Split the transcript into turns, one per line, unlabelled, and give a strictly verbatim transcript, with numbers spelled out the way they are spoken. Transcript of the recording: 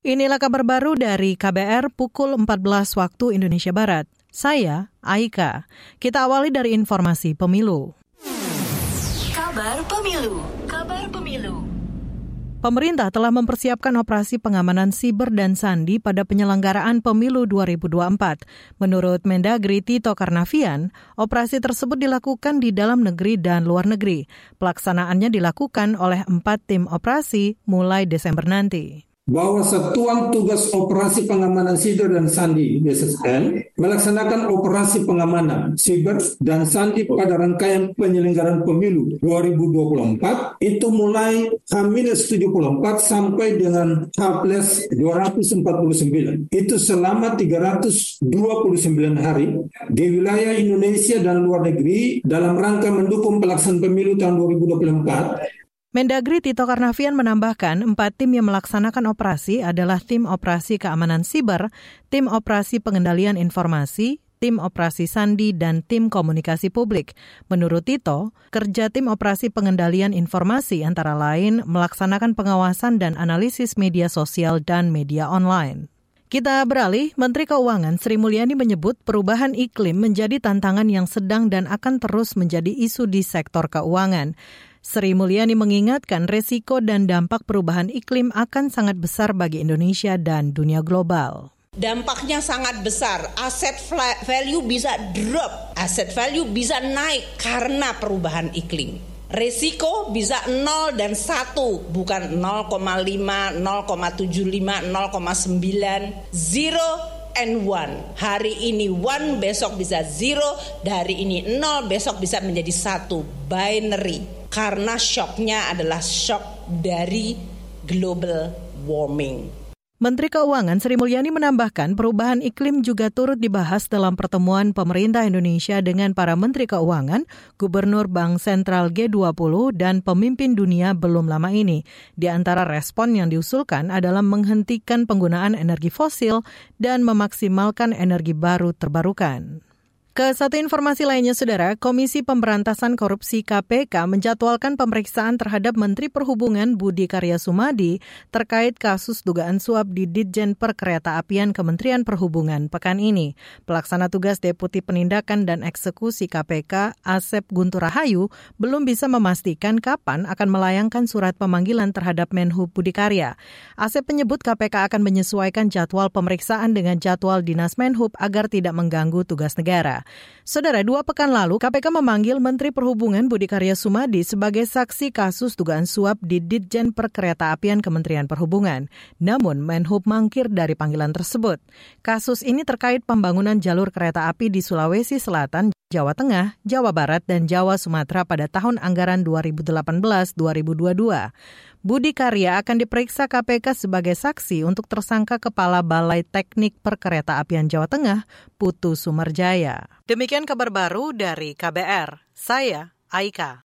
Inilah kabar baru dari K B R pukul empat belas waktu Indonesia Barat. Saya, Aika. Kita awali dari informasi pemilu.
Kabar Pemilu. Kabar Pemilu.
Pemerintah telah mempersiapkan operasi pengamanan siber dan sandi pada penyelenggaraan pemilu dua ribu dua puluh empat. Menurut Mendagri Tito Karnavian, operasi tersebut dilakukan di dalam negeri dan luar negeri. Pelaksanaannya dilakukan oleh empat tim operasi mulai Desember nanti.
Bahwa Satuan Tugas Operasi Pengamanan Siber dan Sandi D S S N melaksanakan operasi pengamanan siber dan sandi pada rangkaian penyelenggaraan pemilu dua ribu dua puluh empat itu mulai H minus tujuh puluh empat sampai dengan H plus dua ratus empat puluh sembilan. Itu selama tiga ratus dua puluh sembilan hari di wilayah Indonesia dan luar negeri dalam rangka mendukung pelaksanaan pemilu tahun dua ribu dua puluh empat.
Mendagri Tito Karnavian menambahkan empat tim yang melaksanakan operasi adalah tim operasi keamanan siber, tim operasi pengendalian informasi, tim operasi sandi, dan tim komunikasi publik. Menurut Tito, kerja tim operasi pengendalian informasi antara lain melaksanakan pengawasan dan analisis media sosial dan media online. Kita beralih, Menteri Keuangan Sri Mulyani menyebut perubahan iklim menjadi tantangan yang sedang dan akan terus menjadi isu di sektor keuangan. Sri Mulyani mengingatkan resiko dan dampak perubahan iklim akan sangat besar bagi Indonesia dan dunia global.
Dampaknya sangat besar, aset value bisa drop, aset value bisa naik karena perubahan iklim. Resiko bisa nol dan satu, bukan nol koma lima, nol koma tujuh lima, nol koma sembilan, zero and one. Hari ini one, besok bisa zero, hari ini nol, besok bisa menjadi satu, binary. Karena shocknya adalah shock dari global warming.
Menteri Keuangan Sri Mulyani menambahkan perubahan iklim juga turut dibahas dalam pertemuan pemerintah Indonesia dengan para Menteri Keuangan, Gubernur Bank Sentral G dua puluh, dan pemimpin dunia belum lama ini. Di antara respon yang diusulkan adalah menghentikan penggunaan energi fosil dan memaksimalkan energi baru terbarukan. Ke satu informasi lainnya, Saudara, Komisi Pemberantasan Korupsi K P K menjadwalkan pemeriksaan terhadap Menteri Perhubungan Budi Karya Sumadi terkait kasus dugaan suap di Ditjen Perkeretaapian Kementerian Perhubungan pekan ini. Pelaksana tugas Deputi Penindakan dan Eksekusi K P K, Asep Guntur Rahayu, belum bisa memastikan kapan akan melayangkan surat pemanggilan terhadap Menhub Budi Karya. Asep menyebut K P K akan menyesuaikan jadwal pemeriksaan dengan jadwal Dinas Menhub agar tidak mengganggu tugas negara. Saudara, dua pekan lalu K P K memanggil Menteri Perhubungan Budi Karya Sumadi sebagai saksi kasus dugaan suap di Ditjen Perkeretaapian Kementerian Perhubungan. Namun Menhub mangkir dari panggilan tersebut. Kasus ini terkait pembangunan jalur kereta api di Sulawesi Selatan, Jawa Tengah, Jawa Barat, dan Jawa Sumatera pada tahun anggaran dua ribu delapan belas dua ribu dua puluh dua. Budi Karya akan diperiksa K P K sebagai saksi untuk tersangka Kepala Balai Teknik Perkeretaapian Jawa Tengah, Putu Sumarjaya. Demikian kabar baru dari K B R. Saya, Aika.